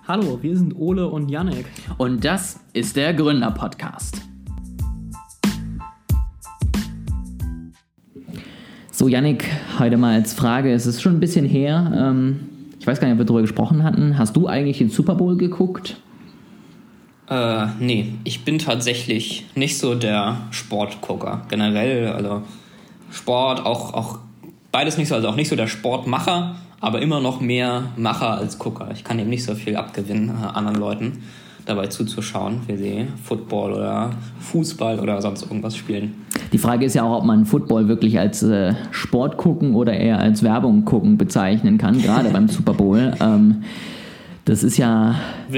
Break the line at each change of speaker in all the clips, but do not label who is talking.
Hallo, wir sind Ole und Yannick.
Und das ist der Gründer-Podcast. So, Yannick, heute mal als Frage, es ist schon ein bisschen her, ich weiß gar nicht, ob wir darüber gesprochen hatten. Hast du eigentlich den Super Bowl geguckt?
Nee, ich bin tatsächlich nicht so der Sportgucker. Generell, also Sport, auch beides nicht so, also auch nicht so der Sportmacher, aber immer noch mehr Macher als Gucker. Ich kann eben nicht so viel abgewinnen, anderen Leuten dabei zuzuschauen, wie sie Football oder Fußball oder sonst irgendwas spielen.
Die Frage ist ja auch, ob man Football wirklich als Sport gucken oder eher als Werbung gucken bezeichnen kann, gerade beim Super Bowl. Das ist ja...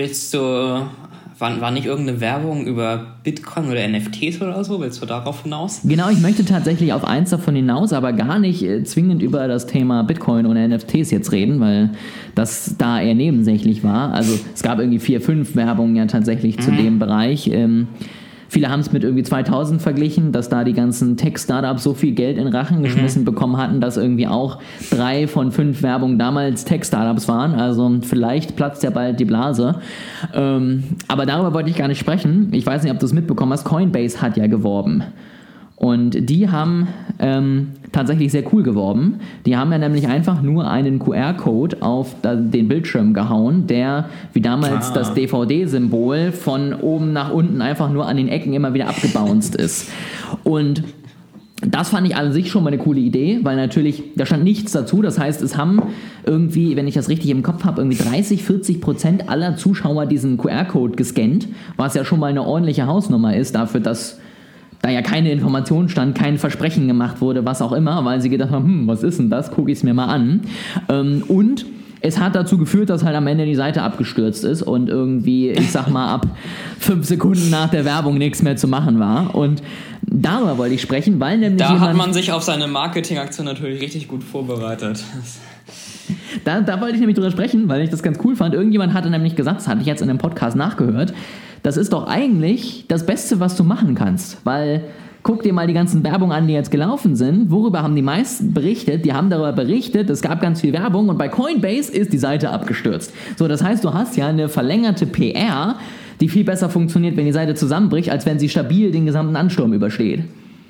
War nicht irgendeine Werbung über Bitcoin oder NFTs oder so? Willst du darauf hinaus?
Genau, ich möchte tatsächlich auf eins davon hinaus, aber gar nicht zwingend über das Thema Bitcoin oder NFTs jetzt reden, weil das da eher nebensächlich war. Also es gab irgendwie 4, 5 Werbungen ja tatsächlich zu dem Bereich. Viele haben es mit irgendwie 2000 verglichen, dass da die ganzen Tech-Startups so viel Geld in Rachen geschmissen bekommen hatten, dass irgendwie auch 3 von 5 Werbungen damals Tech-Startups waren. Also vielleicht platzt ja bald die Blase. Aber darüber wollte ich gar nicht sprechen. Ich weiß nicht, ob du es mitbekommen hast. Coinbase hat ja geworben. Und die haben tatsächlich sehr cool geworben. Die haben ja nämlich einfach nur einen QR-Code auf den Bildschirm gehauen, der wie damals das DVD-Symbol von oben nach unten einfach nur an den Ecken immer wieder abgebounced ist. Und das fand ich an sich schon mal eine coole Idee, weil natürlich, da stand nichts dazu. Das heißt, es haben irgendwie, wenn ich das richtig im Kopf habe, irgendwie 30-40% aller Zuschauer diesen QR-Code gescannt, was ja schon mal eine ordentliche Hausnummer ist dafür, dass da ja keine Information stand, kein Versprechen gemacht wurde, was auch immer, weil sie gedacht haben, was ist denn das, gucke ich es mir mal an. Und es hat dazu geführt, dass halt am Ende die Seite abgestürzt ist und irgendwie, ich sag mal, ab 5 Sekunden nach der Werbung nichts mehr zu machen war. Und darüber wollte ich sprechen, weil nämlich
da hat man sich auf seine Marketingaktion natürlich richtig gut vorbereitet.
Da wollte ich nämlich drüber sprechen, weil ich das ganz cool fand. Irgendjemand hatte nämlich gesagt, das hatte ich jetzt in einem Podcast nachgehört, das ist doch eigentlich das Beste, was du machen kannst, weil guck dir mal die ganzen Werbungen an, die jetzt gelaufen sind. Worüber haben die meisten berichtet? Die haben darüber berichtet, es gab ganz viel Werbung und bei Coinbase ist die Seite abgestürzt. So, das heißt, du hast ja eine verlängerte PR, die viel besser funktioniert, wenn die Seite zusammenbricht, als wenn sie stabil den gesamten Ansturm übersteht.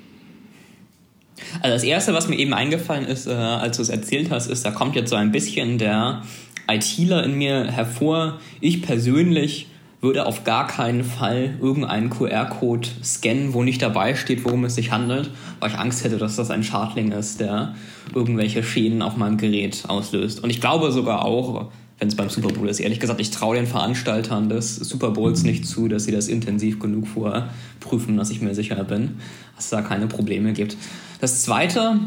Also das Erste, was mir eben eingefallen ist, als du es erzählt hast, ist, da kommt jetzt so ein bisschen der ITler in mir hervor. Ich persönlich würde auf gar keinen Fall irgendeinen QR-Code scannen, wo nicht dabei steht, worum es sich handelt, weil ich Angst hätte, dass das ein Schadling ist, der irgendwelche Schäden auf meinem Gerät auslöst. Und ich glaube sogar auch, wenn es beim Super Bowl ist, ehrlich gesagt, ich traue den Veranstaltern des Super Bowls nicht zu, dass sie das intensiv genug vorher prüfen, dass ich mir sicher bin, dass es da keine Probleme gibt. Das Zweite,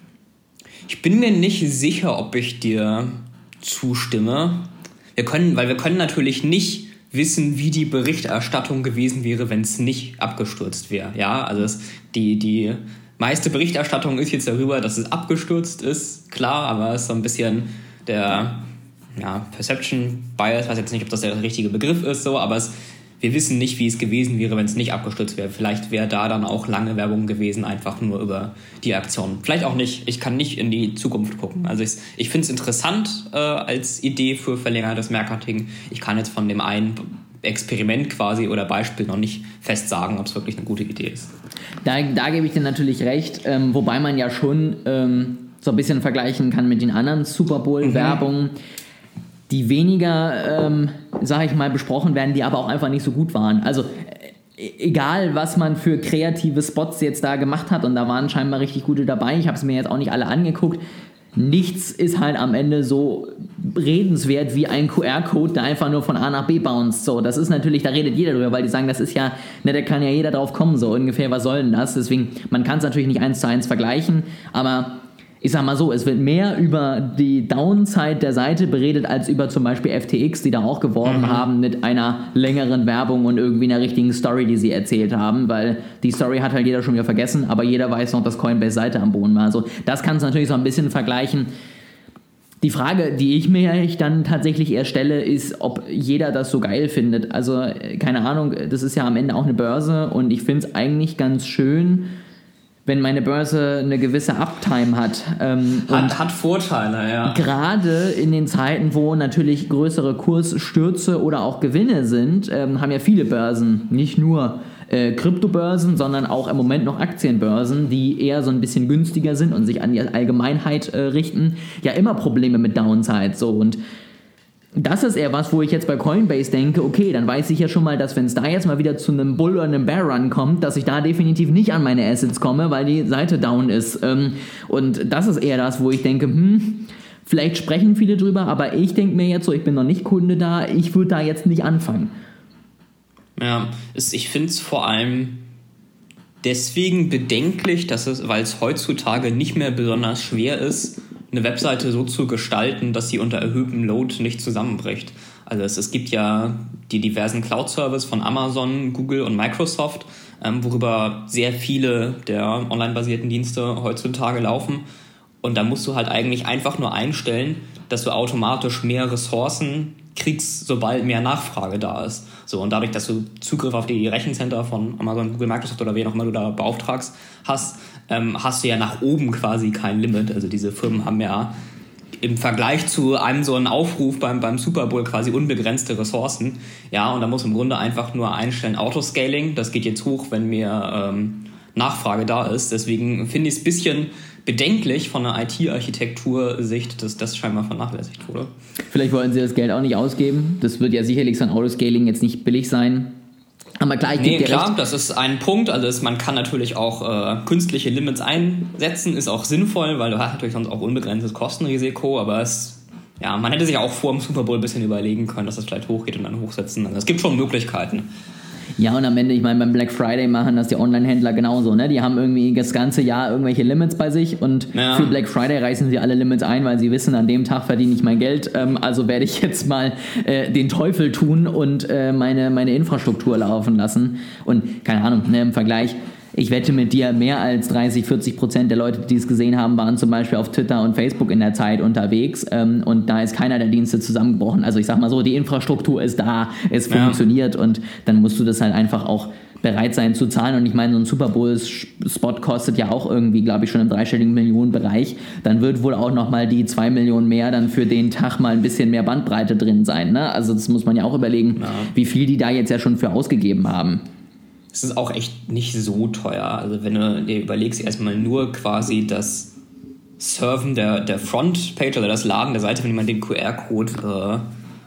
ich bin mir nicht sicher, ob ich dir zustimme. Wir können natürlich nicht wissen, wie die Berichterstattung gewesen wäre, wenn es nicht abgestürzt wäre. Ja, also die meiste Berichterstattung ist jetzt darüber, dass es abgestürzt ist, klar, aber es ist so ein bisschen der Perception Bias, ich weiß jetzt nicht, ob das der richtige Begriff ist, so, aber wir wissen nicht, wie es gewesen wäre, wenn es nicht abgestürzt wäre. Vielleicht wäre da dann auch lange Werbung gewesen, einfach nur über die Aktion. Vielleicht auch nicht. Ich kann nicht in die Zukunft gucken. Also ich finde es interessant als Idee für verlängertes Marketing. Ich kann jetzt von dem einen Experiment quasi oder Beispiel noch nicht fest sagen, ob es wirklich eine gute Idee ist.
Da gebe ich dir natürlich recht, wobei man ja schon so ein bisschen vergleichen kann mit den anderen Super Bowl-Werbungen, die weniger, sage ich mal, besprochen werden, die aber auch einfach nicht so gut waren. Also egal, was man für kreative Spots jetzt da gemacht hat, und da waren scheinbar richtig gute dabei, ich habe es mir jetzt auch nicht alle angeguckt, nichts ist halt am Ende so redenswert wie ein QR-Code, der einfach nur von A nach B bounced. So, das ist natürlich, da redet jeder drüber, weil die sagen, das ist ja, da kann ja jeder drauf kommen, so ungefähr, was soll denn das? Deswegen, man kann es natürlich nicht 1:1 vergleichen, aber ich sag mal so, es wird mehr über die Downside der Seite beredet, als über zum Beispiel FTX, die da auch geworben haben mit einer längeren Werbung und irgendwie einer richtigen Story, die sie erzählt haben, weil die Story hat halt jeder schon wieder vergessen, aber jeder weiß noch, dass Coinbase-Seite am Boden war. Also das kannst du natürlich so ein bisschen vergleichen. Die Frage, die ich mir dann tatsächlich eher stelle, ist, ob jeder das so geil findet. Also keine Ahnung, das ist ja am Ende auch eine Börse und ich finde es eigentlich ganz schön, wenn meine Börse eine gewisse Uptime hat.
Hat Vorteile, ja.
Gerade in den Zeiten, wo natürlich größere Kursstürze oder auch Gewinne sind, haben ja viele Börsen, nicht nur Kryptobörsen, sondern auch im Moment noch Aktienbörsen, die eher so ein bisschen günstiger sind und sich an die Allgemeinheit richten, ja immer Probleme mit Downside. So. Und das ist eher was, wo ich jetzt bei Coinbase denke, okay, dann weiß ich ja schon mal, dass wenn es da jetzt mal wieder zu einem Bull- oder einem Bear-Run kommt, dass ich da definitiv nicht an meine Assets komme, weil die Seite down ist. Und das ist eher das, wo ich denke, vielleicht sprechen viele drüber, aber ich denke mir jetzt so, ich bin noch nicht Kunde da, ich würde da jetzt nicht anfangen.
Ja, ich finde es vor allem deswegen bedenklich, weil es heutzutage nicht mehr besonders schwer ist, eine Webseite so zu gestalten, dass sie unter erhöhtem Load nicht zusammenbricht. Also es gibt ja die diversen Cloud-Services von Amazon, Google und Microsoft, worüber sehr viele der online-basierten Dienste heutzutage laufen. Und da musst du halt eigentlich einfach nur einstellen, dass du automatisch mehr Ressourcen kriegst, sobald mehr Nachfrage da ist. So, und dadurch, dass du Zugriff auf die Rechencenter von Amazon, Google, Microsoft oder wen auch immer du da beauftragst hast, hast du ja nach oben quasi kein Limit. Also diese Firmen haben ja im Vergleich zu einem so einen Aufruf beim Super Bowl quasi unbegrenzte Ressourcen. Ja, und da muss im Grunde einfach nur einstellen Autoscaling. Das geht jetzt hoch, wenn mehr Nachfrage da ist. Deswegen finde ich es ein bisschen bedenklich von einer IT-Architektur-Sicht, dass das scheinbar vernachlässigt wurde.
Vielleicht wollten sie das Geld auch nicht ausgeben. Das wird ja sicherlich so ein Autoscaling jetzt nicht billig sein. Aber klar, ich gebe dir recht.
Das ist ein Punkt. Also man kann natürlich auch künstliche Limits einsetzen, ist auch sinnvoll, weil du hast natürlich sonst auch unbegrenztes Kostenrisiko, aber man hätte sich auch vor dem Super Bowl ein bisschen überlegen können, dass das vielleicht hochgeht und dann hochsetzen. Also es gibt schon Möglichkeiten.
Ja, und am Ende, ich meine, beim Black Friday machen das die Online-Händler genauso, ne? Die haben irgendwie das ganze Jahr irgendwelche Limits bei sich und für Black Friday reißen sie alle Limits ein, weil sie wissen, an dem Tag verdiene ich mein Geld, also werde ich jetzt mal den Teufel tun und meine Infrastruktur laufen lassen. Und keine Ahnung, ne, im Vergleich, ich wette mit dir, mehr als 30-40% der Leute, die es gesehen haben, waren zum Beispiel auf Twitter und Facebook in der Zeit unterwegs und da ist keiner der Dienste zusammengebrochen. Also ich sag mal so, die Infrastruktur ist da, es funktioniert und dann musst du das halt einfach auch bereit sein zu zahlen. Und ich meine, so ein Super Bowl-Spot kostet ja auch irgendwie, glaube ich, schon im dreistelligen Millionenbereich. Dann wird wohl auch nochmal die 2 Millionen mehr dann für den Tag mal ein bisschen mehr Bandbreite drin sein. Ne? Also das muss man ja auch überlegen, wie viel die da jetzt ja schon für ausgegeben haben.
Es ist auch echt nicht so teuer. Also wenn du dir überlegst, erstmal nur quasi das Surfen der Frontpage oder das Laden der Seite, wenn jemand den QR-Code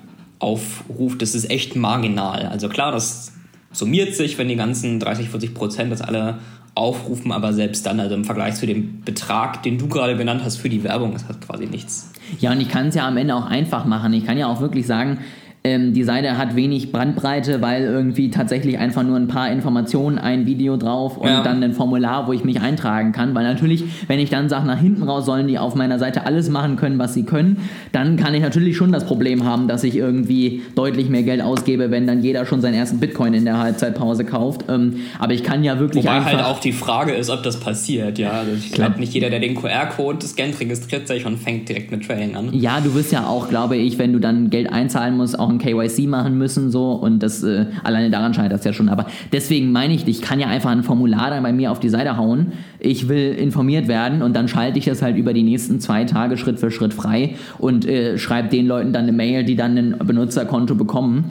aufruft, das ist echt marginal. Also klar, das summiert sich, wenn die ganzen 30-40% das alle aufrufen, aber selbst dann, also im Vergleich zu dem Betrag, den du gerade genannt hast für die Werbung, ist das quasi nichts.
Ja, und ich kann es ja am Ende auch einfach machen. Ich kann ja auch wirklich sagen, die Seite hat wenig Bandbreite, weil irgendwie tatsächlich einfach nur ein paar Informationen, ein Video drauf und dann ein Formular, wo ich mich eintragen kann. Weil natürlich, wenn ich dann sage, nach hinten raus sollen die auf meiner Seite alles machen können, was sie können, dann kann ich natürlich schon das Problem haben, dass ich irgendwie deutlich mehr Geld ausgebe, wenn dann jeder schon seinen ersten Bitcoin in der Halbzeitpause kauft. Aber ich kann ja wirklich
einfach... Wobei halt auch die Frage ist, ob das passiert. Ja, also ich glaube, nicht jeder, der den QR-Code scannt, registriert sich und fängt direkt mit Trading an.
Ja, du wirst ja auch, glaube ich, wenn du dann Geld einzahlen musst, auch ein KYC machen müssen, so, und das alleine daran scheitert das ja schon. Aber deswegen meine ich kann ja einfach ein Formular dann bei mir auf die Seite hauen. Ich will informiert werden und dann schalte ich das halt über die nächsten 2 Tage Schritt für Schritt frei und schreibe den Leuten dann eine Mail, die dann ein Benutzerkonto bekommen.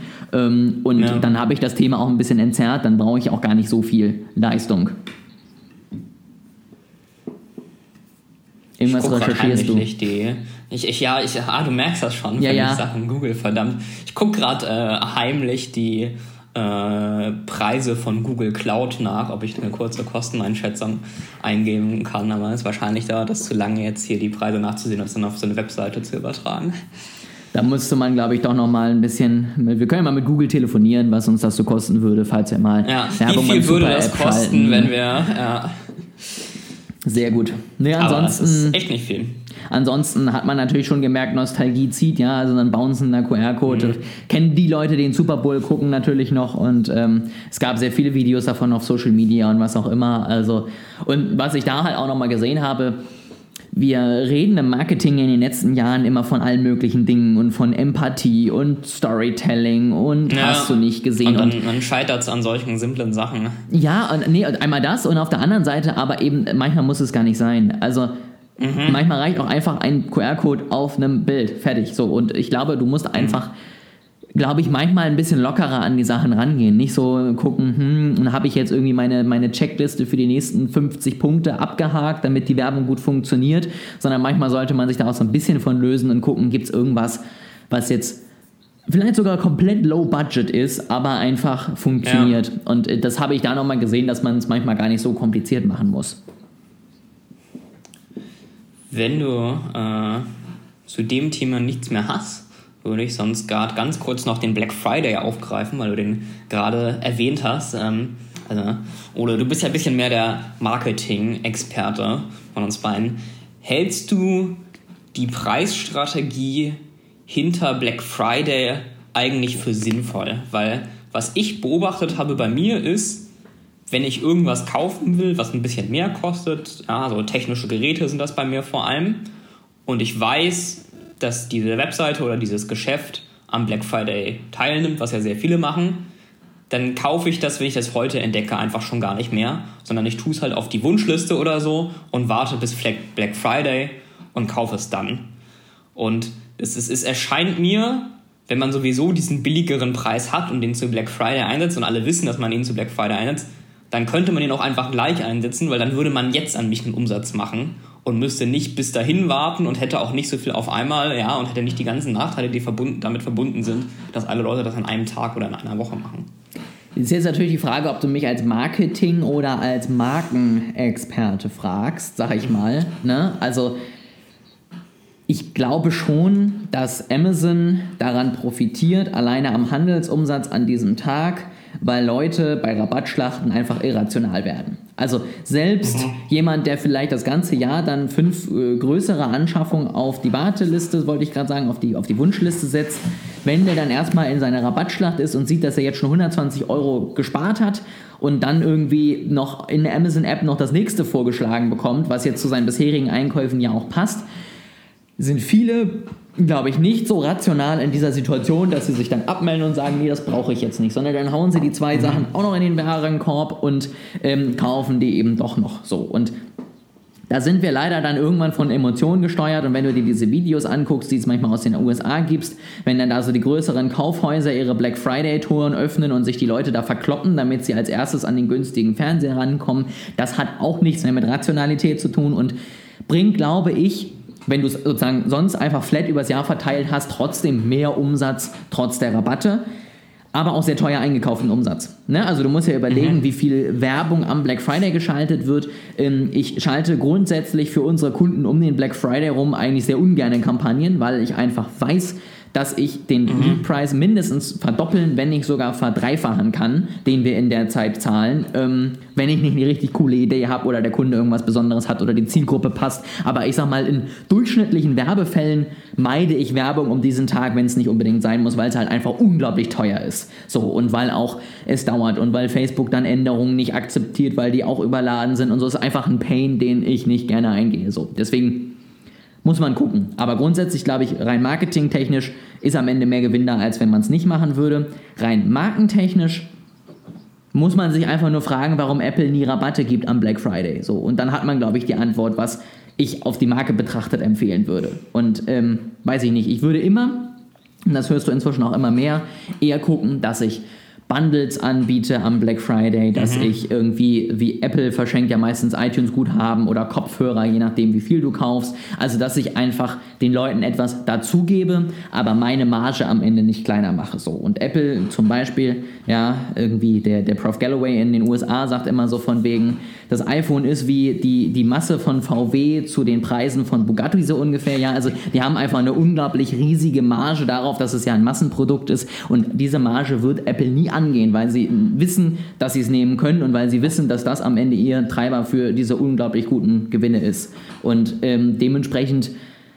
Dann habe ich das Thema auch ein bisschen entzerrt, dann brauche ich auch gar nicht so viel Leistung. Irgendwas recherchierst du?
Du merkst das schon,
ja,
die Sachen Google, verdammt. Ich gucke gerade heimlich die Preise von Google Cloud nach, ob ich eine kurze Kosteneinschätzung eingeben kann, aber es wahrscheinlich dauert das zu lange, jetzt hier die Preise nachzusehen und dann auf so eine Webseite zu übertragen.
Da müsste man, glaube ich, doch noch mal ein bisschen... Wir können ja mal mit Google telefonieren, was uns das so kosten würde, falls wir mal
Werbung beim Super-App schalten. Wie viel würde das kosten, wenn wir...
Sehr gut. Naja, ansonsten,
aber das ist echt nicht viel.
Ansonsten hat man natürlich schon gemerkt, Nostalgie zieht, ja, also dann bouncender QR-Code. Kennen die Leute, die den Super Bowl gucken, natürlich noch und es gab sehr viele Videos davon auf Social Media und was auch immer. Also, und was ich da halt auch nochmal gesehen habe, wir reden im Marketing in den letzten Jahren immer von allen möglichen Dingen und von Empathie und Storytelling und hast du nicht gesehen.
Und dann scheitert es an solchen simplen Sachen.
Ja, einmal das und auf der anderen Seite aber eben, manchmal muss es gar nicht sein. Also manchmal reicht auch einfach ein QR-Code auf einem Bild. Fertig. So, und ich glaube, du musst einfach, manchmal ein bisschen lockerer an die Sachen rangehen. Nicht so gucken, habe ich jetzt irgendwie meine Checkliste für die nächsten 50 Punkte abgehakt, damit die Werbung gut funktioniert, sondern manchmal sollte man sich da auch so ein bisschen von lösen und gucken, gibt es irgendwas, was jetzt vielleicht sogar komplett low budget ist, aber einfach funktioniert. Ja. Und das habe ich da nochmal gesehen, dass man es manchmal gar nicht so kompliziert machen muss.
Wenn du zu dem Thema nichts mehr hast, würde ich sonst gerade ganz kurz noch den Black Friday aufgreifen, weil du den gerade erwähnt hast. Ole, du bist ja ein bisschen mehr der Marketing-Experte von uns beiden. Hältst du die Preisstrategie hinter Black Friday eigentlich für sinnvoll? Weil was ich beobachtet habe bei mir ist, wenn ich irgendwas kaufen will, was ein bisschen mehr kostet, so technische Geräte sind das bei mir vor allem, und ich weiß, dass diese Webseite oder dieses Geschäft am Black Friday teilnimmt, was ja sehr viele machen, dann kaufe ich das, wenn ich das heute entdecke, einfach schon gar nicht mehr, sondern ich tue es halt auf die Wunschliste oder so und warte bis Black Friday und kaufe es dann. Und es erscheint mir, wenn man sowieso diesen billigeren Preis hat und den zu Black Friday einsetzt und alle wissen, dass man ihn zu Black Friday einsetzt, dann könnte man ihn auch einfach gleich einsetzen, weil dann würde man jetzt an mich einen Umsatz machen und müsste nicht bis dahin warten und hätte auch nicht so viel auf einmal, und hätte nicht die ganzen Nachteile, die damit verbunden sind, dass alle Leute das an einem Tag oder in einer Woche machen.
Ist jetzt natürlich die Frage, ob du mich als Marketing- oder als Markenexperte fragst, sag ich mal. Ne? Also ich glaube schon, dass Amazon daran profitiert, alleine am Handelsumsatz an diesem Tag, weil Leute bei Rabattschlachten einfach irrational werden. Also selbst jemand, der vielleicht das ganze Jahr dann 5 größere Anschaffungen auf die Warteliste, wollte ich gerade sagen, auf die Wunschliste setzt, wenn der dann erstmal in seiner Rabattschlacht ist und sieht, dass er jetzt schon 120 € gespart hat und dann irgendwie noch in der Amazon-App noch das nächste vorgeschlagen bekommt, was jetzt zu seinen bisherigen Einkäufen ja auch passt, sind viele, glaube ich, nicht so rational in dieser Situation, dass sie sich dann abmelden und sagen, nee, das brauche ich jetzt nicht, sondern dann hauen sie die 2 Sachen auch noch in den Warenkorb und kaufen die eben doch noch so. Und da sind wir leider dann irgendwann von Emotionen gesteuert, und wenn du dir diese Videos anguckst, die es manchmal aus den USA gibt, wenn dann da so die größeren Kaufhäuser ihre Black Friday-Touren öffnen und sich die Leute da verkloppen, damit sie als erstes an den günstigen Fernseher rankommen, das hat auch nichts mehr mit Rationalität zu tun und bringt, glaube ich, wenn du es sozusagen sonst einfach flat übers Jahr verteilt hast, trotzdem mehr Umsatz trotz der Rabatte, aber auch sehr teuer eingekauften Umsatz. Ne? Also du musst ja überlegen, wie viel Werbung am Black Friday geschaltet wird. Ich schalte grundsätzlich für unsere Kunden um den Black Friday rum eigentlich sehr ungern Kampagnen, weil ich einfach weiß, dass ich den Lead-Preis mindestens verdoppeln, wenn nicht sogar verdreifachen kann, den wir in der Zeit zahlen, wenn ich nicht eine richtig coole Idee habe oder der Kunde irgendwas Besonderes hat oder die Zielgruppe passt. Aber ich sag mal, in durchschnittlichen Werbefällen meide ich Werbung um diesen Tag, wenn es nicht unbedingt sein muss, weil es halt einfach unglaublich teuer ist. So, und weil auch es dauert und weil Facebook dann Änderungen nicht akzeptiert, weil die auch überladen sind und so, ist einfach ein Pain, den ich nicht gerne eingehe. So, deswegen muss man gucken. Aber grundsätzlich glaube ich, rein marketingtechnisch ist am Ende mehr Gewinn da, als wenn man es nicht machen würde. Rein markentechnisch muss man sich einfach nur fragen, warum Apple nie Rabatte gibt am Black Friday. So, und dann hat man, glaube ich, die Antwort, was ich auf die Marke betrachtet empfehlen würde. Und weiß ich nicht, ich würde immer, und das hörst du inzwischen auch immer mehr, eher gucken, dass ich Bundles anbiete am Black Friday, dass ich irgendwie, wie Apple verschenkt ja meistens iTunes-Guthaben oder Kopfhörer, je nachdem wie viel du kaufst, also dass ich einfach den Leuten etwas dazugebe, aber meine Marge am Ende nicht kleiner mache. So. Und Apple zum Beispiel, irgendwie der Prof. Galloway in den USA sagt immer so von wegen, das iPhone ist wie die Masse von VW zu den Preisen von Bugatti so ungefähr, also die haben einfach eine unglaublich riesige Marge darauf, dass es ja ein Massenprodukt ist, und diese Marge wird Apple nie angehen, weil sie wissen, dass sie es nehmen können und weil sie wissen, dass das am Ende ihr Treiber für diese unglaublich guten Gewinne ist. Und dementsprechend,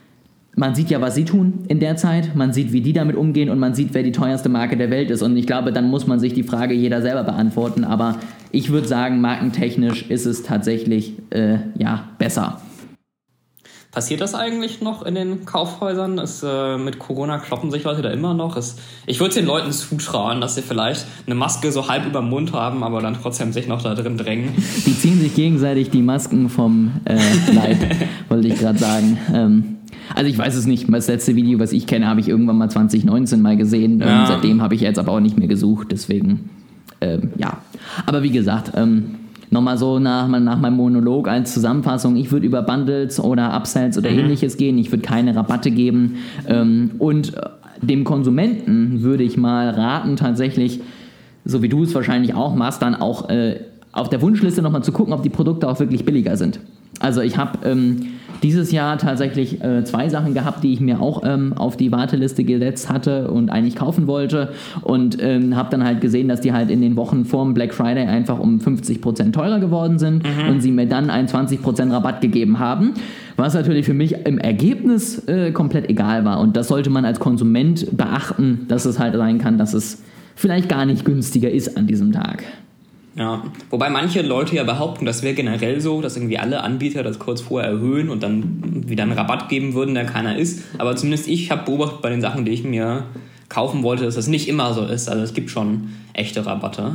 man sieht ja, was sie tun in der Zeit, man sieht, wie die damit umgehen und man sieht, wer die teuerste Marke der Welt ist. Und ich glaube, dann muss man sich die Frage jeder selber beantworten. Aber ich würde sagen, markentechnisch ist es tatsächlich besser.
Passiert das eigentlich noch in den Kaufhäusern? Mit Corona kloppen sich Leute da immer noch? Ich würde es den Leuten zutrauen, dass sie vielleicht eine Maske so halb über den Mund haben, aber dann trotzdem sich noch da drin drängen.
Die ziehen sich gegenseitig die Masken vom Leib, wollte ich gerade sagen. Also ich weiß es nicht. Das letzte Video, was ich kenne, habe ich irgendwann mal 2019 mal gesehen.
Ja.
Seitdem habe ich jetzt aber auch nicht mehr gesucht. Deswegen, ja. Aber wie gesagt, nochmal so nach meinem Monolog als Zusammenfassung, ich würde über Bundles oder Upsells oder ähnliches gehen, ich würde keine Rabatte geben und dem Konsumenten würde ich mal raten, tatsächlich, so wie du es wahrscheinlich auch machst, dann auch auf der Wunschliste nochmal zu gucken, ob die Produkte auch wirklich billiger sind. Also ich habe dieses Jahr tatsächlich 2 Sachen gehabt, die ich mir auch auf die Warteliste gesetzt hatte und eigentlich kaufen wollte und habe dann halt gesehen, dass die halt in den Wochen vorm Black Friday einfach um 50% teurer geworden sind und sie mir dann einen 20% Rabatt gegeben haben, was natürlich für mich im Ergebnis komplett egal war und das sollte man als Konsument beachten, dass es halt sein kann, dass es vielleicht gar nicht günstiger ist an diesem Tag.
Ja, wobei manche Leute ja behaupten, das wäre generell so, dass irgendwie alle Anbieter das kurz vorher erhöhen und dann wieder einen Rabatt geben würden, der keiner ist. Aber zumindest ich habe beobachtet bei den Sachen, die ich mir kaufen wollte, dass das nicht immer so ist. Also es gibt schon echte Rabatte.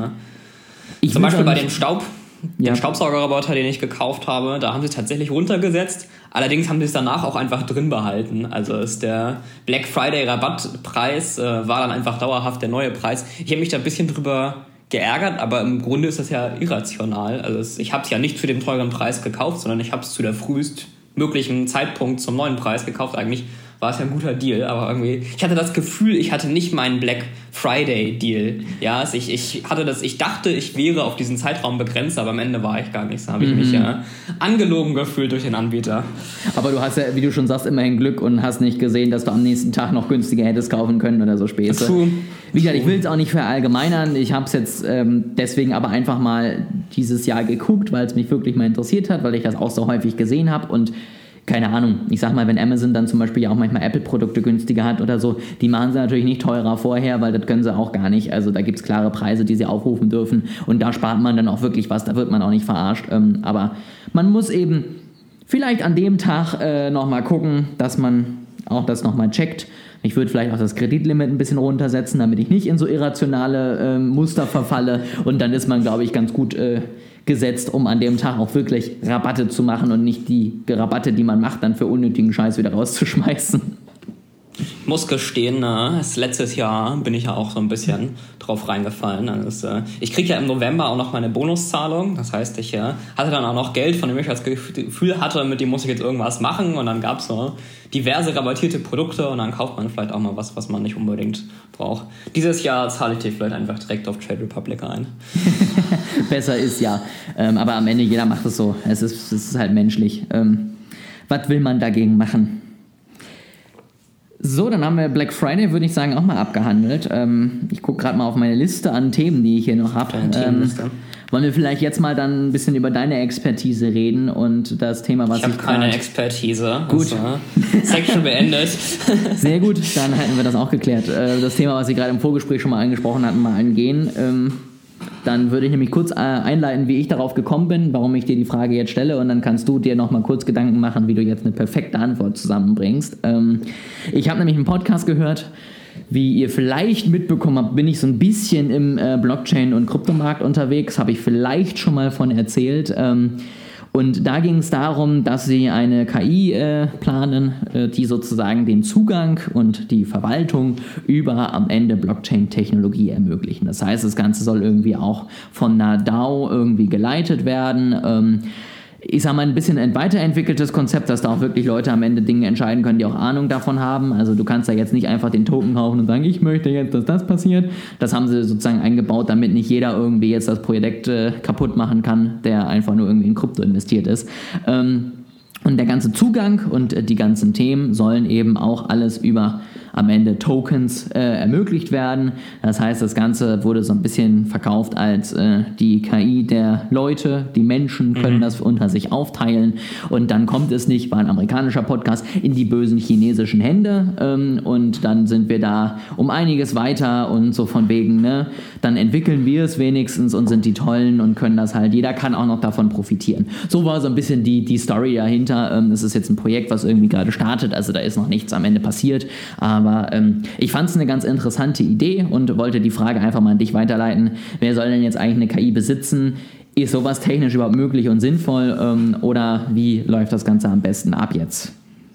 Zum Beispiel bei dem Staubsaugerroboter, den ich gekauft habe, da haben sie es tatsächlich runtergesetzt. Allerdings haben sie es danach auch einfach drin behalten. Also ist der Black Friday Rabattpreis war dann einfach dauerhaft der neue Preis. Ich habe mich da ein bisschen drüber geärgert, aber im Grunde ist das ja irrational. Also ich habe es ja nicht zu dem teuren Preis gekauft, sondern ich habe es zu der frühestmöglichen Zeitpunkt zum neuen Preis gekauft. Eigentlich war es ja ein guter Deal, aber irgendwie, ich hatte das Gefühl, ich hatte nicht meinen Black Friday Deal. Ja, ich dachte, ich wäre auf diesen Zeitraum begrenzt, aber am Ende war ich gar nicht. Da habe ich mich angelogen gefühlt durch den Anbieter.
Aber du hast ja, wie du schon sagst, immerhin Glück und hast nicht gesehen, dass du am nächsten Tag noch günstiger hättest kaufen können oder so Späße.
True.
Wie gesagt, ich will es auch nicht verallgemeinern. Ich habe es jetzt deswegen aber einfach mal dieses Jahr geguckt, weil es mich wirklich mal interessiert hat, weil ich das auch so häufig gesehen habe und keine Ahnung, ich sag mal, wenn Amazon dann zum Beispiel ja auch manchmal Apple-Produkte günstiger hat oder so, die machen sie natürlich nicht teurer vorher, weil das können sie auch gar nicht. Also da gibt es klare Preise, die sie aufrufen dürfen und da spart man dann auch wirklich was, da wird man auch nicht verarscht. Aber man muss eben vielleicht an dem Tag nochmal gucken, dass man auch das nochmal checkt. Ich würde vielleicht auch das Kreditlimit ein bisschen runtersetzen, damit ich nicht in so irrationale Muster verfalle und dann ist man, glaube ich, ganz gut gesetzt, um an dem Tag auch wirklich Rabatte zu machen und nicht die Rabatte, die man macht, dann für unnötigen Scheiß wieder rauszuschmeißen.
Ich muss gestehen, letztes Jahr bin ich ja auch so ein bisschen drauf reingefallen. Also ich kriege ja im November auch noch meine Bonuszahlung. Das heißt, ich hatte dann auch noch Geld, von dem ich das Gefühl hatte, mit dem muss ich jetzt irgendwas machen. Und dann gab es so diverse rabattierte Produkte und dann kauft man vielleicht auch mal was man nicht unbedingt braucht. Dieses Jahr zahle ich dir vielleicht einfach direkt auf Trade Republic ein.
Besser ist ja. Aber am Ende, jeder macht es so. Es ist halt menschlich. Was will man dagegen machen? So, dann haben wir Black Friday, würde ich sagen, auch mal abgehandelt. Ich gucke gerade mal auf meine Liste an Themen, die ich hier noch habe. Wollen wir vielleicht jetzt mal dann ein bisschen über deine Expertise reden und das Thema, was ich
habe keine Expertise.
Gut.
Section beendet.
Sehr gut, dann hätten wir das auch geklärt. Das Thema, was Sie gerade im Vorgespräch schon mal angesprochen hatten, mal angehen. Dann würde ich nämlich kurz einleiten, wie ich darauf gekommen bin, warum ich dir die Frage jetzt stelle und dann kannst du dir noch mal kurz Gedanken machen, wie du jetzt eine perfekte Antwort zusammenbringst. Ich habe nämlich einen Podcast gehört, wie ihr vielleicht mitbekommen habt, bin ich so ein bisschen im Blockchain- und Kryptomarkt unterwegs, habe ich vielleicht schon mal von erzählt. Und da ging es darum, dass sie eine KI planen, die sozusagen den Zugang und die Verwaltung über am Ende Blockchain-Technologie ermöglichen. Das heißt, das Ganze soll irgendwie auch von einer DAO irgendwie geleitet werden. Ich sag mal, ein bisschen ein weiterentwickeltes Konzept, dass da auch wirklich Leute am Ende Dinge entscheiden können, die auch Ahnung davon haben. Also du kannst da jetzt nicht einfach den Token kaufen und sagen, ich möchte jetzt, dass das passiert. Das haben sie sozusagen eingebaut, damit nicht jeder irgendwie jetzt das Projekt kaputt machen kann, der einfach nur irgendwie in Krypto investiert ist. Und der ganze Zugang und die ganzen Themen sollen eben auch alles über am Ende Tokens ermöglicht werden. Das heißt, das Ganze wurde so ein bisschen verkauft als die KI der Leute, die Menschen können das unter sich aufteilen und dann kommt es nicht, war ein amerikanischer Podcast, in die bösen chinesischen Hände und dann sind wir da um einiges weiter und so von wegen, ne, dann entwickeln wir es wenigstens und sind die Tollen und können das halt, jeder kann auch noch davon profitieren. So war so ein bisschen die Story dahinter. Das ist jetzt ein Projekt, was irgendwie gerade startet, also da ist noch nichts am Ende passiert, aber ich fand es eine ganz interessante Idee und wollte die Frage einfach mal an dich weiterleiten. Wer soll denn jetzt eigentlich eine KI besitzen? Ist sowas technisch überhaupt möglich und sinnvoll oder wie läuft das Ganze am besten ab jetzt?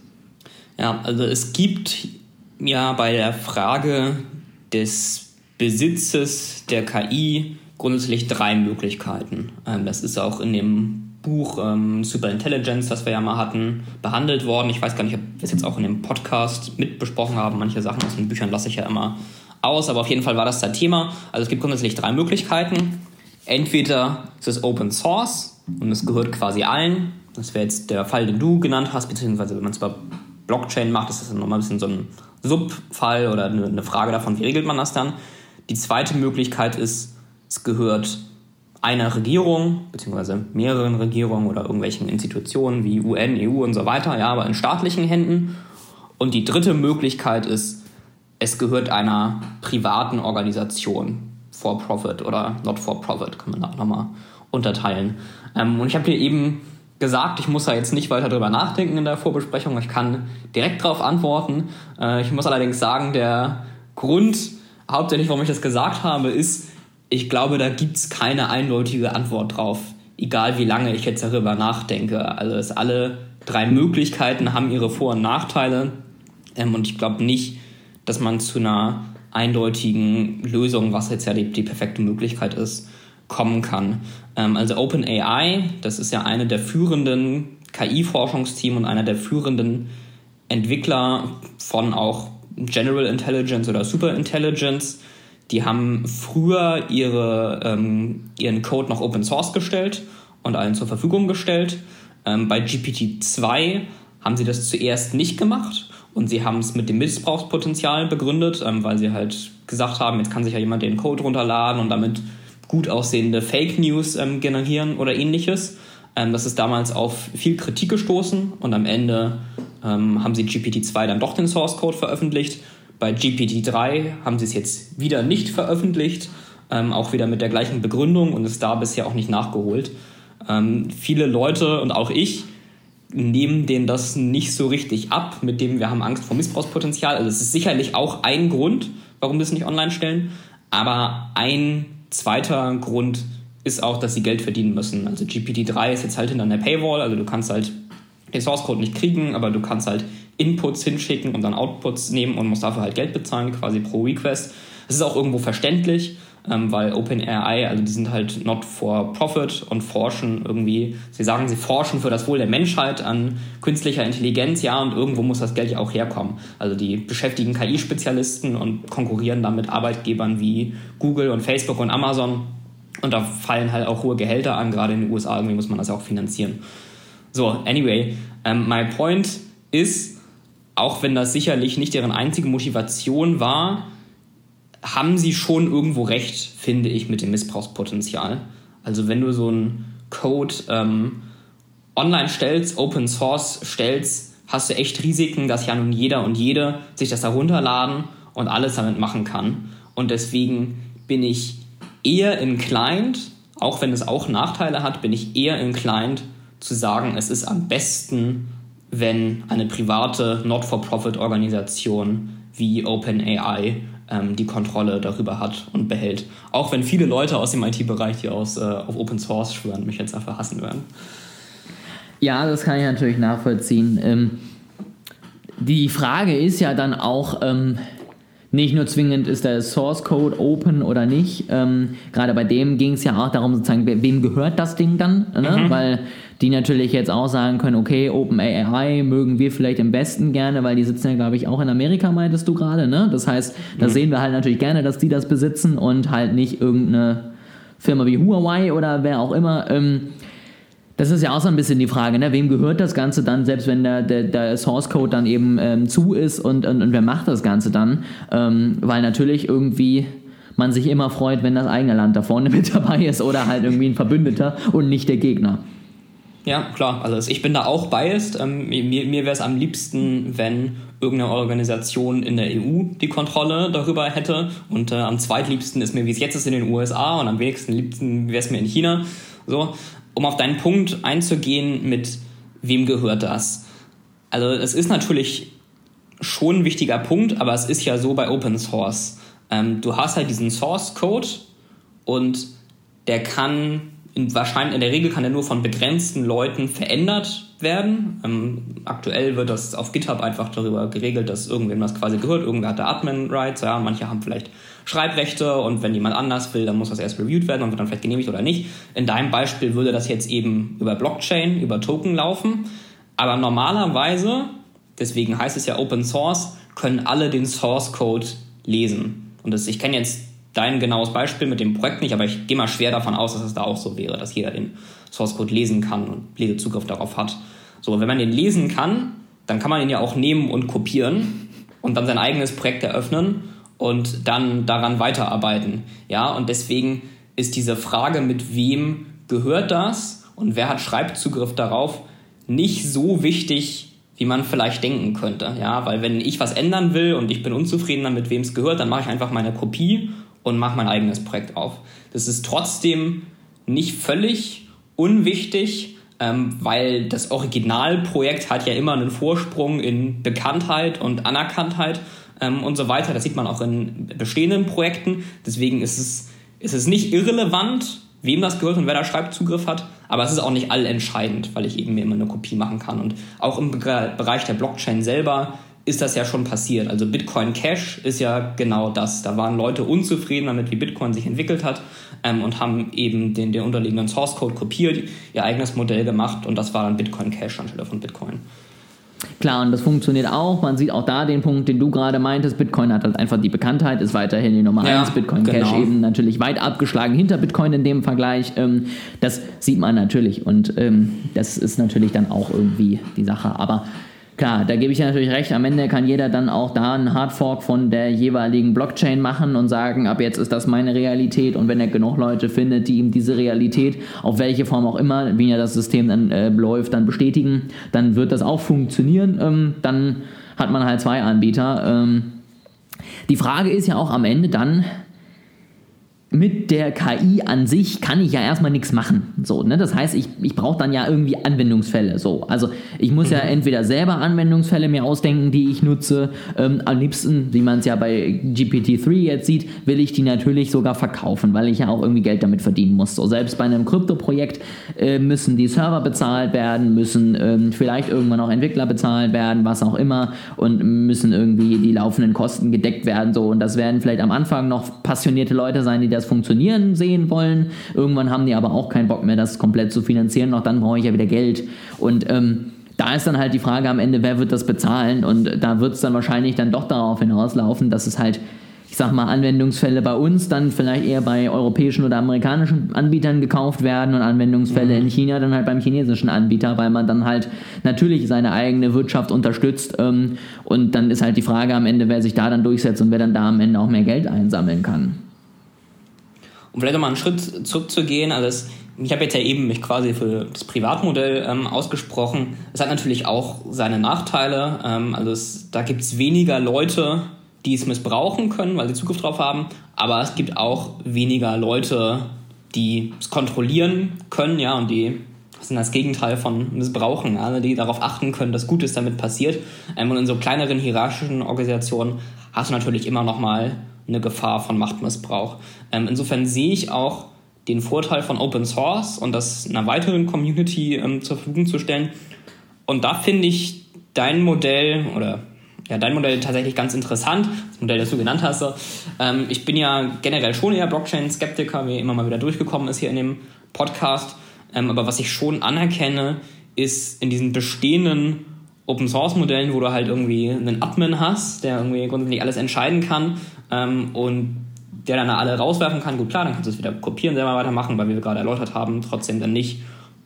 Ja, also es gibt ja bei der Frage des Besitzes der KI grundsätzlich 3 Möglichkeiten. Das ist auch in dem Buch Superintelligence, das wir ja mal hatten, behandelt worden. Ich weiß gar nicht, ob wir es jetzt auch in dem Podcast mit besprochen haben. Manche Sachen aus den Büchern lasse ich ja immer aus, aber auf jeden Fall war das Thema. Also es gibt grundsätzlich 3 Möglichkeiten. Entweder ist es Open Source und es gehört quasi allen. Das wäre jetzt der Fall, den du genannt hast, beziehungsweise wenn man es über Blockchain macht, ist das dann nochmal ein bisschen so ein Subfall oder eine Frage davon, wie regelt man das dann. Die zweite Möglichkeit ist, es gehört einer Regierung, beziehungsweise mehreren Regierungen oder irgendwelchen Institutionen wie UN, EU und so weiter, ja, aber in staatlichen Händen. Und die dritte Möglichkeit ist, es gehört einer privaten Organisation, for profit oder not for profit, kann man da nochmal unterteilen. Und ich habe dir eben gesagt, ich muss da jetzt nicht weiter drüber nachdenken in der Vorbesprechung, ich kann direkt darauf antworten. Ich muss allerdings sagen, der Grund, hauptsächlich warum ich das gesagt habe, ist, ich glaube, da gibt es keine eindeutige Antwort drauf, egal wie lange ich jetzt darüber nachdenke. Also alle 3 Möglichkeiten haben ihre Vor- und Nachteile und ich glaube nicht, dass man zu einer eindeutigen Lösung, was jetzt ja die perfekte Möglichkeit ist, kommen kann. Also OpenAI, das ist ja eine der führenden KI-Forschungsteams und einer der führenden Entwickler von auch General Intelligence oder Superintelligence. Die haben früher ihren Code noch Open Source gestellt und allen zur Verfügung gestellt. Bei GPT-2 haben sie das zuerst nicht gemacht und sie haben es mit dem Missbrauchspotenzial begründet, weil sie halt gesagt haben, jetzt kann sich ja jemand den Code runterladen und damit gut aussehende Fake News generieren oder ähnliches. Das ist damals auf viel Kritik gestoßen und am Ende haben sie GPT-2 dann doch den Source Code veröffentlicht. Bei GPT-3 haben sie es jetzt wieder nicht veröffentlicht, auch wieder mit der gleichen Begründung und ist da bisher auch nicht nachgeholt. Viele Leute und auch ich nehmen denen das nicht so richtig ab, mit dem wir haben Angst vor Missbrauchspotenzial. Also es ist sicherlich auch ein Grund, warum wir es nicht online stellen, aber ein zweiter Grund ist auch, dass sie Geld verdienen müssen. Also GPT-3 ist jetzt halt hinter einer Paywall, also du kannst halt den Source Code nicht kriegen, aber du kannst halt Inputs hinschicken und dann Outputs nehmen und musst dafür halt Geld bezahlen, quasi pro Request. Das ist auch irgendwo verständlich, weil OpenAI, also die sind halt not for profit und forschen irgendwie, sie sagen, sie forschen für das Wohl der Menschheit an künstlicher Intelligenz, ja, und irgendwo muss das Geld ja auch herkommen. Also die beschäftigen KI-Spezialisten und konkurrieren dann mit Arbeitgebern wie Google und Facebook und Amazon und da fallen halt auch hohe Gehälter an, gerade in den USA, irgendwie muss man das ja auch finanzieren. So, anyway, my point ist, auch wenn das sicherlich nicht deren einzige Motivation war, haben sie schon irgendwo recht, finde ich, mit dem Missbrauchspotenzial. Also wenn du so einen Code online stellst, Open Source stellst, hast du echt Risiken, dass ja nun jeder und jede sich das da runterladen und alles damit machen kann. Und deswegen bin ich eher inclined, auch wenn es auch Nachteile hat, bin ich eher inclined zu sagen, es ist am besten, wenn eine private Not-for-Profit-Organisation wie OpenAI die Kontrolle darüber hat und behält. Auch wenn viele Leute aus dem IT-Bereich hier auf Open Source schwören, mich jetzt dafür hassen werden.
Ja, das kann ich natürlich nachvollziehen. Die Frage ist ja dann auch, nicht nur zwingend ist der Source Code open oder nicht. Gerade bei dem ging es ja auch darum, sozusagen, wem gehört das Ding dann? Ne? Weil die natürlich jetzt auch sagen können, okay, OpenAI mögen wir vielleicht am besten gerne, weil die sitzen ja, glaube ich, auch in Amerika, meintest du gerade. Ne? Das heißt, da sehen wir halt natürlich gerne, dass die das besitzen und halt nicht irgendeine Firma wie Huawei oder wer auch immer. Das ist ja auch so ein bisschen die Frage, ne? Wem gehört das Ganze dann, selbst wenn der Source Code dann eben zu ist und wer macht das Ganze dann? Weil natürlich irgendwie man sich immer freut, wenn das eigene Land da vorne mit dabei ist oder halt irgendwie ein Verbündeter und nicht der Gegner.
Ja, klar. Also ich bin da auch biased. Mir wäre es am liebsten, wenn irgendeine Organisation in der EU die Kontrolle darüber hätte. Und am zweitliebsten ist mir, wie es jetzt ist, in den USA, und am wenigsten liebsten wäre es mir in China. So, um auf deinen Punkt einzugehen, mit wem gehört das? Also es ist natürlich schon ein wichtiger Punkt, aber es ist ja so bei Open Source. Du hast halt diesen Source Code und der kann wahrscheinlich in der Regel kann er nur von begrenzten Leuten verändert werden. Aktuell wird das auf GitHub einfach darüber geregelt, dass irgendwem das quasi gehört. Irgendwer hat da Admin-Rights, ja, manche haben vielleicht Schreibrechte und wenn jemand anders will, dann muss das erst reviewed werden und wird dann vielleicht genehmigt oder nicht. In deinem Beispiel würde das jetzt eben über Blockchain, über Token laufen. Aber normalerweise, deswegen heißt es ja Open Source, können alle den Source Code lesen. Und ich kenne jetzt dein genaues Beispiel mit dem Projekt nicht, aber ich gehe mal schwer davon aus, dass es da auch so wäre, dass jeder den Source Code lesen kann und Lesezugriff darauf hat. So, wenn man den lesen kann, dann kann man ihn ja auch nehmen und kopieren und dann sein eigenes Projekt eröffnen und dann daran weiterarbeiten. Ja, und deswegen ist diese Frage, mit wem gehört das und wer hat Schreibzugriff darauf, nicht so wichtig, wie man vielleicht denken könnte. Ja, weil wenn ich was ändern will und ich bin unzufrieden damit, wem es gehört, dann mache ich einfach meine Kopie und mache mein eigenes Projekt auf. Das ist trotzdem nicht völlig unwichtig, weil das Originalprojekt hat ja immer einen Vorsprung in Bekanntheit und Anerkanntheit und so weiter. Das sieht man auch in bestehenden Projekten. Deswegen ist es nicht irrelevant, wem das gehört und wer da Schreibzugriff hat, aber es ist auch nicht allentscheidend, weil ich eben mir immer eine Kopie machen kann. Und auch im Bereich der Blockchain selber ist das ja schon passiert. Also Bitcoin Cash ist ja genau das. Da waren Leute unzufrieden damit, wie Bitcoin sich entwickelt hat und haben eben den unterliegenden Source Code kopiert, ihr eigenes Modell gemacht und das war dann Bitcoin Cash anstelle von Bitcoin.
Klar, und das funktioniert auch. Man sieht auch da den Punkt, den du gerade meintest. Bitcoin hat halt einfach die Bekanntheit, ist weiterhin die Nummer 1. Bitcoin Cash eben natürlich weit abgeschlagen hinter Bitcoin in dem Vergleich. Das sieht man natürlich und das ist natürlich dann auch irgendwie die Sache. Aber klar, da gebe ich ja natürlich recht, am Ende kann jeder dann auch da einen Hardfork von der jeweiligen Blockchain machen und sagen, ab jetzt ist das meine Realität und wenn er genug Leute findet, die ihm diese Realität, auf welche Form auch immer, wie ja das System dann läuft, dann bestätigen, dann wird das auch funktionieren, dann hat man halt 2 Anbieter. Die Frage ist ja auch am Ende dann, mit der KI an sich kann ich ja erstmal nichts machen. So, ne? Das heißt, ich brauche dann ja irgendwie Anwendungsfälle. So. Also ich muss ja entweder selber Anwendungsfälle mir ausdenken, die ich nutze. Am liebsten, wie man es ja bei GPT-3 jetzt sieht, will ich die natürlich sogar verkaufen, weil ich ja auch irgendwie Geld damit verdienen muss. So, selbst bei einem Krypto-Projekt müssen die Server bezahlt werden, müssen vielleicht irgendwann auch Entwickler bezahlt werden, was auch immer, und müssen irgendwie die laufenden Kosten gedeckt werden. So. Und das werden vielleicht am Anfang noch passionierte Leute sein, die das funktionieren sehen wollen. Irgendwann haben die aber auch keinen Bock mehr, das komplett zu finanzieren. Auch dann brauche ich ja wieder Geld. Und da ist dann halt die Frage am Ende, wer wird das bezahlen? Und da wird es dann wahrscheinlich dann doch darauf hinauslaufen, dass es halt, ich sag mal, Anwendungsfälle bei uns dann vielleicht eher bei europäischen oder amerikanischen Anbietern gekauft werden und Anwendungsfälle in China dann halt beim chinesischen Anbieter, weil man dann halt natürlich seine eigene Wirtschaft unterstützt. Und dann ist halt die Frage am Ende, wer sich da dann durchsetzt und wer dann da am Ende auch mehr Geld einsammeln kann.
Um vielleicht nochmal einen Schritt zurückzugehen, also ich habe jetzt ja eben mich quasi für das Privatmodell ausgesprochen. Es hat natürlich auch seine Nachteile. Da gibt es weniger Leute, die es missbrauchen können, weil sie Zugriff drauf haben. Aber es gibt auch weniger Leute, die es kontrollieren können, ja, und die sind das Gegenteil von missbrauchen, also die darauf achten können, dass Gutes damit passiert. Und in so kleineren hierarchischen Organisationen hast du natürlich immer noch mal eine Gefahr von Machtmissbrauch. Insofern sehe ich auch den Vorteil von Open Source und das einer weiteren Community zur Verfügung zu stellen. Und da finde ich dein Modell tatsächlich ganz interessant, das Modell, das du genannt hast. Ich bin ja generell schon eher Blockchain-Skeptiker, wie immer mal wieder durchgekommen ist hier in dem Podcast. Aber was ich schon anerkenne, ist in diesen bestehenden Open-Source-Modellen, wo du halt irgendwie einen Admin hast, der irgendwie grundsätzlich alles entscheiden kann und der dann alle rauswerfen kann. Gut, klar, dann kannst du es wieder kopieren, selber weitermachen, weil wir gerade erläutert haben, trotzdem dann nicht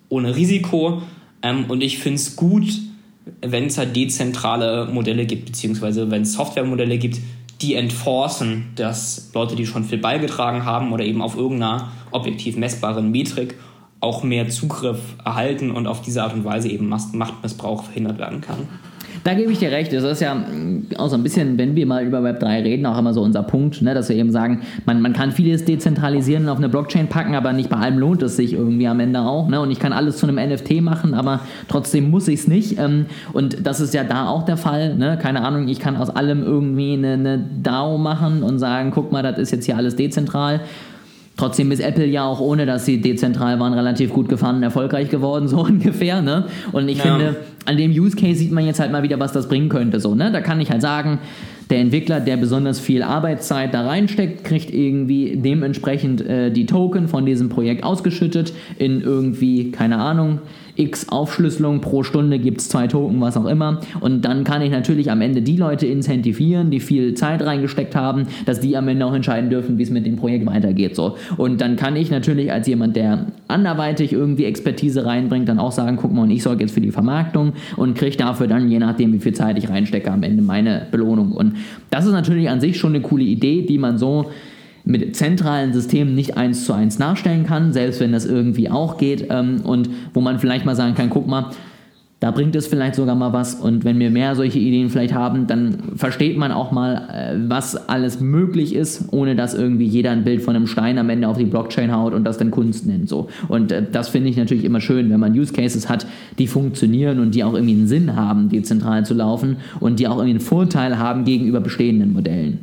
ohne Risiko. Und ich finde es gut, wenn es halt dezentrale Modelle gibt, beziehungsweise wenn es Softwaremodelle gibt, die enforcen, dass Leute, die schon viel beigetragen haben oder eben auf irgendeiner objektiv messbaren Metrik auch mehr Zugriff erhalten und auf diese Art und Weise eben Machtmissbrauch verhindert werden kann.
Da gebe ich dir recht. Das ist ja auch so ein bisschen, wenn wir mal über Web 3 reden, auch immer so unser Punkt, ne, dass wir eben sagen, man kann vieles dezentralisieren und auf eine Blockchain packen, aber nicht bei allem lohnt es sich irgendwie am Ende auch. Ne? Und ich kann alles zu einem NFT machen, aber trotzdem muss ich es nicht. Und das ist ja da auch der Fall. Ne? Keine Ahnung, ich kann aus allem irgendwie eine DAO machen und sagen, guck mal, das ist jetzt hier alles dezentral. Trotzdem ist Apple ja auch, ohne dass sie dezentral waren, relativ gut gefahren und erfolgreich geworden, so ungefähr, ne? Und ich finde, an dem Use Case sieht man jetzt halt mal wieder, was das bringen könnte, so, ne? Da kann ich halt sagen, der Entwickler, der besonders viel Arbeitszeit da reinsteckt, kriegt irgendwie dementsprechend die Token von diesem Projekt ausgeschüttet in irgendwie, keine Ahnung, x Aufschlüsselung, pro Stunde gibt es 2 Token, was auch immer. Und dann kann ich natürlich am Ende die Leute incentivieren, die viel Zeit reingesteckt haben, dass die am Ende auch entscheiden dürfen, wie es mit dem Projekt weitergeht. So. Und dann kann ich natürlich als jemand, der anderweitig irgendwie Expertise reinbringt, dann auch sagen, guck mal, und ich sorge jetzt für die Vermarktung und kriege dafür dann, je nachdem, wie viel Zeit ich reinstecke, am Ende meine Belohnung. Und das ist natürlich an sich schon eine coole Idee, die man so mit zentralen Systemen nicht 1:1 nachstellen kann, selbst wenn das irgendwie auch geht, und wo man vielleicht mal sagen kann, guck mal, da bringt es vielleicht sogar mal was, und wenn wir mehr solche Ideen vielleicht haben, dann versteht man auch mal, was alles möglich ist, ohne dass irgendwie jeder ein Bild von einem Stein am Ende auf die Blockchain haut und das dann Kunst nennt. So. Und das finde ich natürlich immer schön, wenn man Use Cases hat, die funktionieren und die auch irgendwie einen Sinn haben, dezentral zu laufen und die auch irgendwie einen Vorteil haben gegenüber bestehenden Modellen.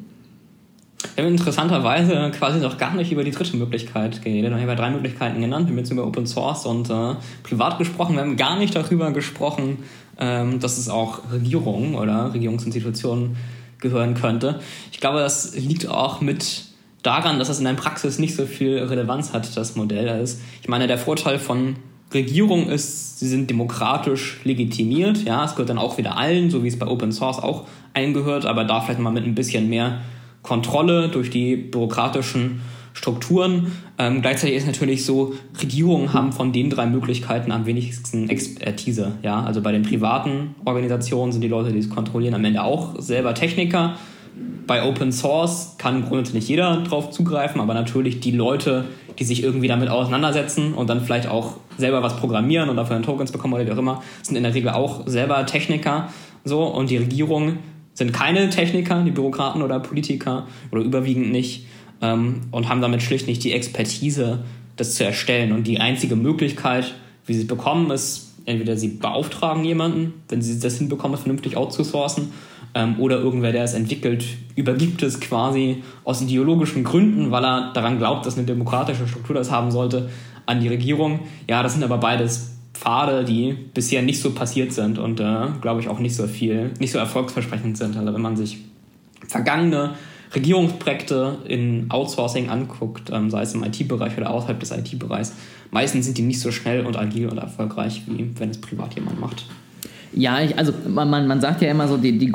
Wir haben interessanterweise quasi noch gar nicht über die dritte Möglichkeit geredet. Wir haben ja 3 Möglichkeiten genannt. Wir haben jetzt über Open Source und privat gesprochen. Wir haben gar nicht darüber gesprochen, dass es auch Regierungen oder Regierungsinstitutionen gehören könnte. Ich glaube, das liegt auch mit daran, dass es in der Praxis nicht so viel Relevanz hat, das Modell ist. Ich meine, der Vorteil von Regierungen ist, sie sind demokratisch legitimiert. Ja, es gehört dann auch wieder allen, so wie es bei Open Source auch eingehört, aber da vielleicht mal mit ein bisschen mehr Kontrolle durch die bürokratischen Strukturen. Gleichzeitig ist natürlich so, Regierungen haben von den 3 Möglichkeiten am wenigsten Expertise. Ja? Also bei den privaten Organisationen sind die Leute, die es kontrollieren, am Ende auch selber Techniker. Bei Open Source kann grundsätzlich nicht jeder drauf zugreifen, aber natürlich die Leute, die sich irgendwie damit auseinandersetzen und dann vielleicht auch selber was programmieren und dafür Tokens bekommen oder wie auch immer, sind in der Regel auch selber Techniker. So, und die Regierung sind keine Techniker, die Bürokraten oder Politiker oder überwiegend nicht, und haben damit schlicht nicht die Expertise, das zu erstellen. Und die einzige Möglichkeit, wie sie es bekommen, ist, entweder sie beauftragen jemanden, wenn sie das hinbekommen, vernünftig outzusourcen, oder irgendwer, der es entwickelt, übergibt es quasi aus ideologischen Gründen, weil er daran glaubt, dass eine demokratische Struktur das haben sollte, an die Regierung. Ja, das sind aber beides Pfade, die bisher nicht so passiert sind und glaube ich auch nicht so erfolgsversprechend sind. Also wenn man sich vergangene Regierungsprojekte in Outsourcing anguckt, sei es im IT-Bereich oder außerhalb des IT-Bereichs, meistens sind die nicht so schnell und agil und erfolgreich, wie wenn es privat jemand macht.
Ja, also man sagt ja immer so, die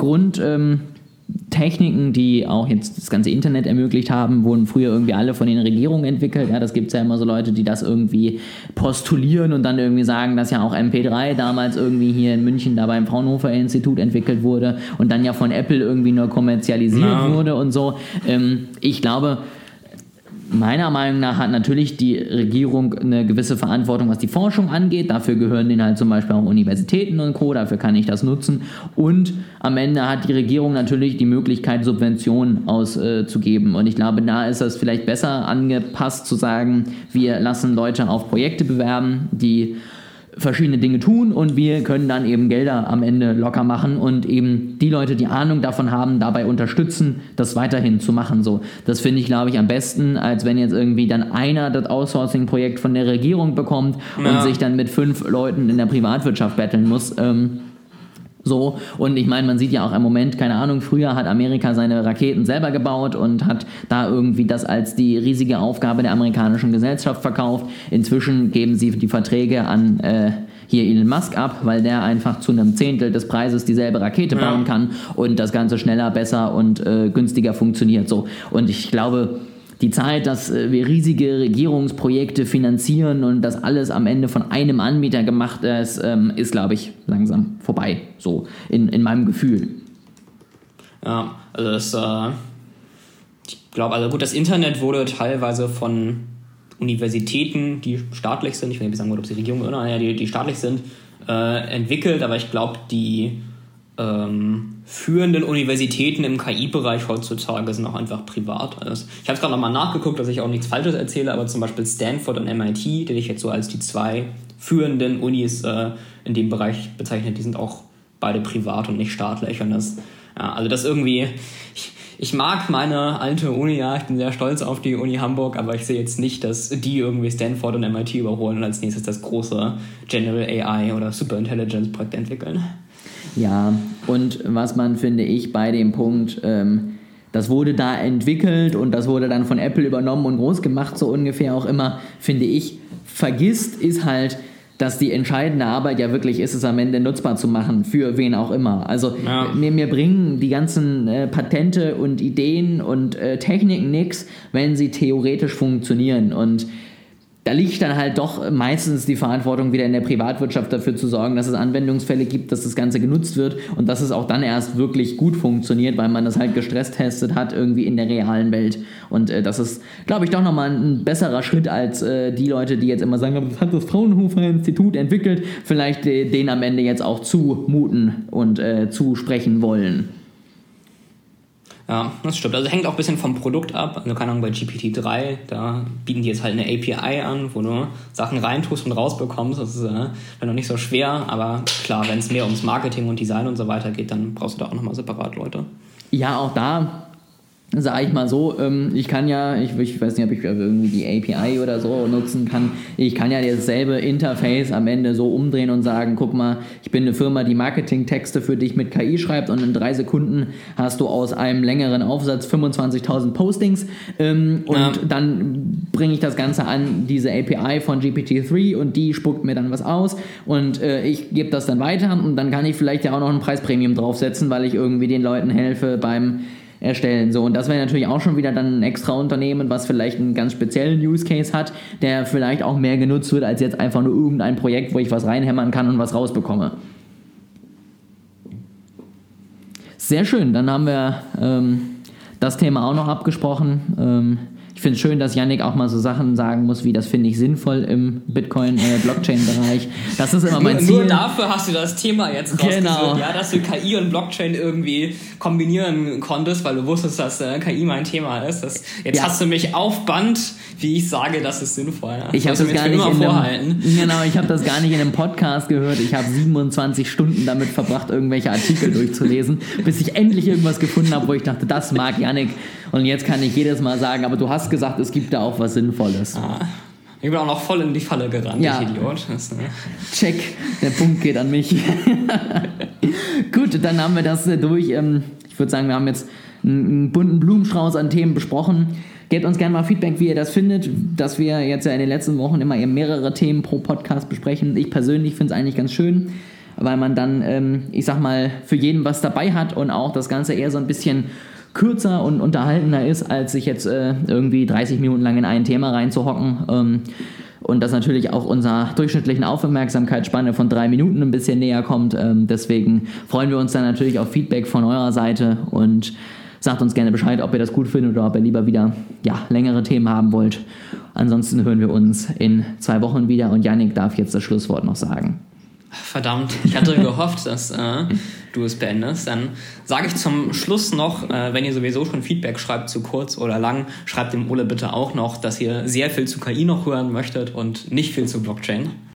Grundtechniken, die auch jetzt das ganze Internet ermöglicht haben, wurden früher irgendwie alle von den Regierungen entwickelt. Ja, das gibt es ja immer so Leute, die das irgendwie postulieren und dann irgendwie sagen, dass ja auch MP3 damals irgendwie hier in München da beim Fraunhofer Institut entwickelt wurde und dann ja von Apple irgendwie nur kommerzialisiert wurde und so. Ich glaube, meiner Meinung nach hat natürlich die Regierung eine gewisse Verantwortung, was die Forschung angeht. Dafür gehören denen halt zum Beispiel auch Universitäten und Co., dafür kann ich das nutzen. Und am Ende hat die Regierung natürlich die Möglichkeit, Subventionen auszugeben. Und ich glaube, da ist es vielleicht besser angepasst zu sagen, wir lassen Leute auf Projekte bewerben, die verschiedene Dinge tun und wir können dann eben Gelder am Ende locker machen und eben die Leute, die Ahnung davon haben, dabei unterstützen, das weiterhin zu machen. So, das finde ich, glaube ich, am besten, als wenn jetzt irgendwie dann einer das Outsourcing-Projekt von der Regierung bekommt und sich dann mit 5 Leuten in der Privatwirtschaft betteln muss. So, und ich meine, man sieht ja auch im Moment, keine Ahnung, früher hat Amerika seine Raketen selber gebaut und hat da irgendwie das als die riesige Aufgabe der amerikanischen Gesellschaft verkauft. Inzwischen geben sie die Verträge an hier Elon Musk ab, weil der einfach zu einem Zehntel des Preises dieselbe Rakete bauen kann und das Ganze schneller, besser und günstiger funktioniert. So, und ich glaube, die Zeit, dass wir riesige Regierungsprojekte finanzieren und das alles am Ende von einem Anbieter gemacht ist, glaube ich, langsam vorbei, so in meinem Gefühl.
Ja, also ich glaube, also gut, das Internet wurde teilweise von Universitäten, die staatlich sind, ich will nicht sagen, ob sie Regierung oder die staatlich sind, entwickelt, aber ich glaube, die führenden Universitäten im KI-Bereich heutzutage sind auch einfach privat. Also ich habe es gerade nochmal nachgeguckt, dass ich auch nichts Falsches erzähle, aber zum Beispiel Stanford und MIT, die ich jetzt so als die 2 führenden Unis in dem Bereich bezeichne, die sind auch beide privat und nicht staatlich. Und das irgendwie, ich mag meine alte Uni, ja, ich bin sehr stolz auf die Uni Hamburg, aber ich sehe jetzt nicht, dass die irgendwie Stanford und MIT überholen und als nächstes das große General AI oder Superintelligence Projekt entwickeln.
Ja, und was man, finde ich, bei dem Punkt, das wurde da entwickelt und das wurde dann von Apple übernommen und groß gemacht, so ungefähr auch immer, finde ich, vergisst, ist halt, dass die entscheidende Arbeit ja wirklich ist, es am Ende nutzbar zu machen, für wen auch immer. Also mir bringen die ganzen Patente und Ideen und Techniken nichts, wenn sie theoretisch funktionieren. Und da liegt dann halt doch meistens die Verantwortung wieder in der Privatwirtschaft dafür zu sorgen, dass es Anwendungsfälle gibt, dass das Ganze genutzt wird und dass es auch dann erst wirklich gut funktioniert, weil man das halt gestresstestet hat irgendwie in der realen Welt. Und das ist, glaube ich, doch nochmal ein besserer Schritt als die Leute, die jetzt immer sagen, das hat das Fraunhofer Institut entwickelt, vielleicht denen am Ende jetzt auch zumuten und zusprechen wollen.
Ja, das stimmt. Also hängt auch ein bisschen vom Produkt ab. Also keine Ahnung, bei GPT-3, da bieten die jetzt halt eine API an, wo du Sachen reintust und rausbekommst. Das ist dann noch nicht so schwer, aber klar, wenn es mehr ums Marketing und Design und so weiter geht, dann brauchst du da auch nochmal separat Leute.
Ja, auch da sage ich mal so, ich kann ja, ich weiß nicht, ob ich irgendwie die API oder so nutzen kann, ich kann ja dasselbe Interface am Ende so umdrehen und sagen, guck mal, ich bin eine Firma, die Marketingtexte für dich mit KI schreibt und in 3 Sekunden hast du aus einem längeren Aufsatz 25.000 Postings dann bringe ich das Ganze an diese API von GPT-3 und die spuckt mir dann was aus und ich gebe das dann weiter und dann kann ich vielleicht ja auch noch ein Preispremium draufsetzen, weil ich irgendwie den Leuten helfe beim Erstellen. So, und das wäre natürlich auch schon wieder dann ein extra Unternehmen, was vielleicht einen ganz speziellen Use Case hat, der vielleicht auch mehr genutzt wird, als jetzt einfach nur irgendein Projekt, wo ich was reinhämmern kann und was rausbekomme. Sehr schön, dann haben wir das Thema auch noch abgesprochen. Ich finde es schön, dass Yannick auch mal so Sachen sagen muss, wie das finde ich sinnvoll im Bitcoin-Blockchain-Bereich. Das ist immer mein Ziel.
Nur dafür hast du das Thema jetzt rausgesucht, genau. Ja, dass du KI und Blockchain irgendwie kombinieren konntest, weil du wusstest, dass KI mein Thema ist. Jetzt hast du mich auf Band, wie ich sage, das ist sinnvoll.
Ich habe das gar nicht ich habe das gar nicht in einem Podcast gehört. Ich habe 27 Stunden damit verbracht, irgendwelche Artikel durchzulesen, bis ich endlich irgendwas gefunden habe, wo ich dachte, das mag Yannick. Und jetzt kann ich jedes Mal sagen, aber du hast gesagt, es gibt da auch was Sinnvolles.
Ich bin auch noch voll in die Falle gerannt,
ja.
Ich Idiot.
Check, der Punkt geht an mich. Gut, dann haben wir das durch. Ich würde sagen, wir haben jetzt einen bunten Blumenstrauß an Themen besprochen. Gebt uns gerne mal Feedback, wie ihr das findet, dass wir jetzt ja in den letzten Wochen immer mehrere Themen pro Podcast besprechen. Ich persönlich finde es eigentlich ganz schön, weil man dann, ich sag mal, für jeden was dabei hat und auch das Ganze eher so ein bisschen kürzer und unterhaltener ist, als sich jetzt irgendwie 30 Minuten lang in ein Thema reinzuhocken. Und das natürlich auch unserer durchschnittlichen Aufmerksamkeitsspanne von 3 Minuten ein bisschen näher kommt. Deswegen freuen wir uns dann natürlich auf Feedback von eurer Seite und sagt uns gerne Bescheid, ob ihr das gut findet oder ob ihr lieber wieder längere Themen haben wollt. Ansonsten hören wir uns in 2 Wochen wieder und Yannick darf jetzt das Schlusswort noch sagen.
Verdammt, ich hatte gehofft, dass du es beendest. Dann sage ich zum Schluss noch, wenn ihr sowieso schon Feedback schreibt, zu kurz oder lang, schreibt dem Ole bitte auch noch, dass ihr sehr viel zu KI noch hören möchtet und nicht viel zu Blockchain.